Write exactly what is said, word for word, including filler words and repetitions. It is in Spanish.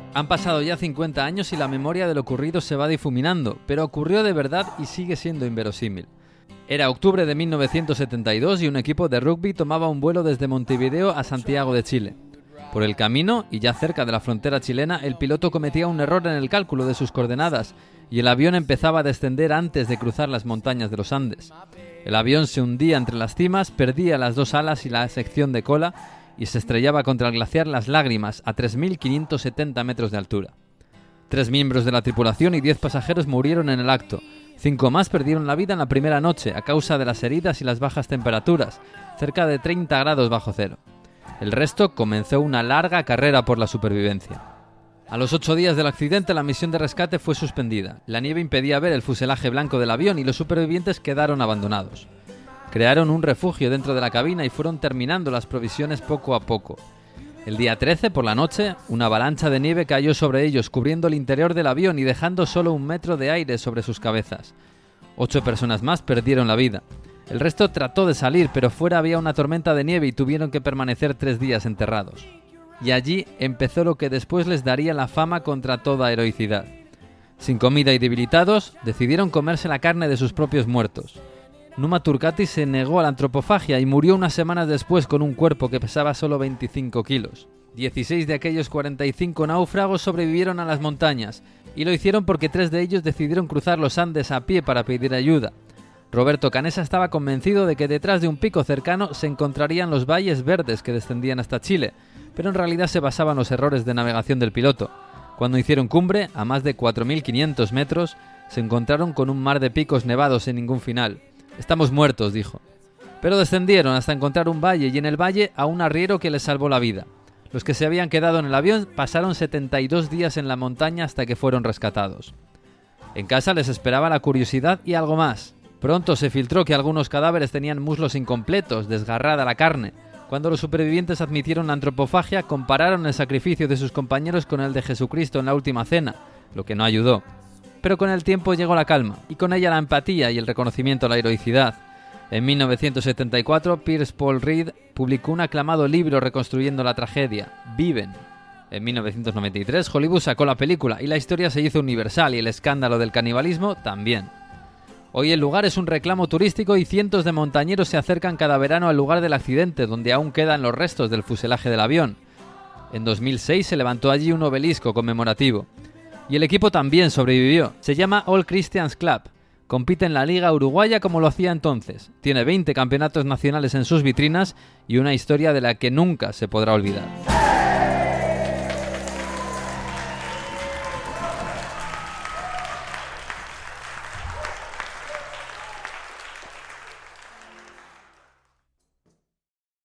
Han pasado ya cincuenta años y la memoria de lo ocurrido se va difuminando, pero ocurrió de verdad y sigue siendo inverosímil. Era octubre de mil novecientos setenta y dos y un equipo de rugby tomaba un vuelo desde Montevideo a Santiago de Chile. Por el camino, y ya cerca de la frontera chilena, el piloto cometía un error en el cálculo de sus coordenadas y el avión empezaba a descender antes de cruzar las montañas de los Andes. El avión se hundía entre las cimas, perdía las dos alas y la sección de cola y se estrellaba contra el glaciar Las Lágrimas a tres mil quinientos setenta metros de altura. Tres miembros de la tripulación y diez pasajeros murieron en el acto. Cinco más perdieron la vida en la primera noche a causa de las heridas y las bajas temperaturas, cerca de treinta grados bajo cero. El resto comenzó una larga carrera por la supervivencia. A los ocho días del accidente, la misión de rescate fue suspendida. La nieve impedía ver el fuselaje blanco del avión y los supervivientes quedaron abandonados. Crearon un refugio dentro de la cabina y fueron terminando las provisiones poco a poco. El día trece, por la noche, una avalancha de nieve cayó sobre ellos, cubriendo el interior del avión y dejando solo un metro de aire sobre sus cabezas. Ocho personas más perdieron la vida. El resto trató de salir, pero fuera había una tormenta de nieve y tuvieron que permanecer tres días enterrados. Y allí empezó lo que después les daría la fama contra toda heroicidad. Sin comida y debilitados, decidieron comerse la carne de sus propios muertos. Numa Turcati se negó a la antropofagia y murió unas semanas después con un cuerpo que pesaba solo veinticinco kilos. dieciséis de aquellos cuarenta y cinco náufragos sobrevivieron a las montañas, y lo hicieron porque tres de ellos decidieron cruzar los Andes a pie para pedir ayuda. Roberto Canessa estaba convencido de que detrás de un pico cercano se encontrarían los valles verdes que descendían hasta Chile, pero en realidad se basaban los errores de navegación del piloto. Cuando hicieron cumbre, a más de cuatro mil quinientos metros, se encontraron con un mar de picos nevados sin ningún final. «Estamos muertos», dijo. Pero descendieron hasta encontrar un valle y en el valle a un arriero que les salvó la vida. Los que se habían quedado en el avión pasaron setenta y dos días en la montaña hasta que fueron rescatados. En casa les esperaba la curiosidad y algo más. Pronto se filtró que algunos cadáveres tenían muslos incompletos, desgarrada la carne. Cuando los supervivientes admitieron la antropofagia, compararon el sacrificio de sus compañeros con el de Jesucristo en la última cena, lo que no ayudó. Pero con el tiempo llegó la calma, y con ella la empatía y el reconocimiento a la heroicidad. En mil novecientos setenta y cuatro, Pierce Paul Reed publicó un aclamado libro reconstruyendo la tragedia, Viven. En mil novecientos noventa y tres, Hollywood sacó la película y la historia se hizo universal y el escándalo del canibalismo también. Hoy el lugar es un reclamo turístico y cientos de montañeros se acercan cada verano al lugar del accidente, donde aún quedan los restos del fuselaje del avión. En dos mil seis se levantó allí un obelisco conmemorativo. Y el equipo también sobrevivió. Se llama All Christians Club. Compite en la Liga Uruguaya como lo hacía entonces. Tiene veinte campeonatos nacionales en sus vitrinas y una historia de la que nunca se podrá olvidar.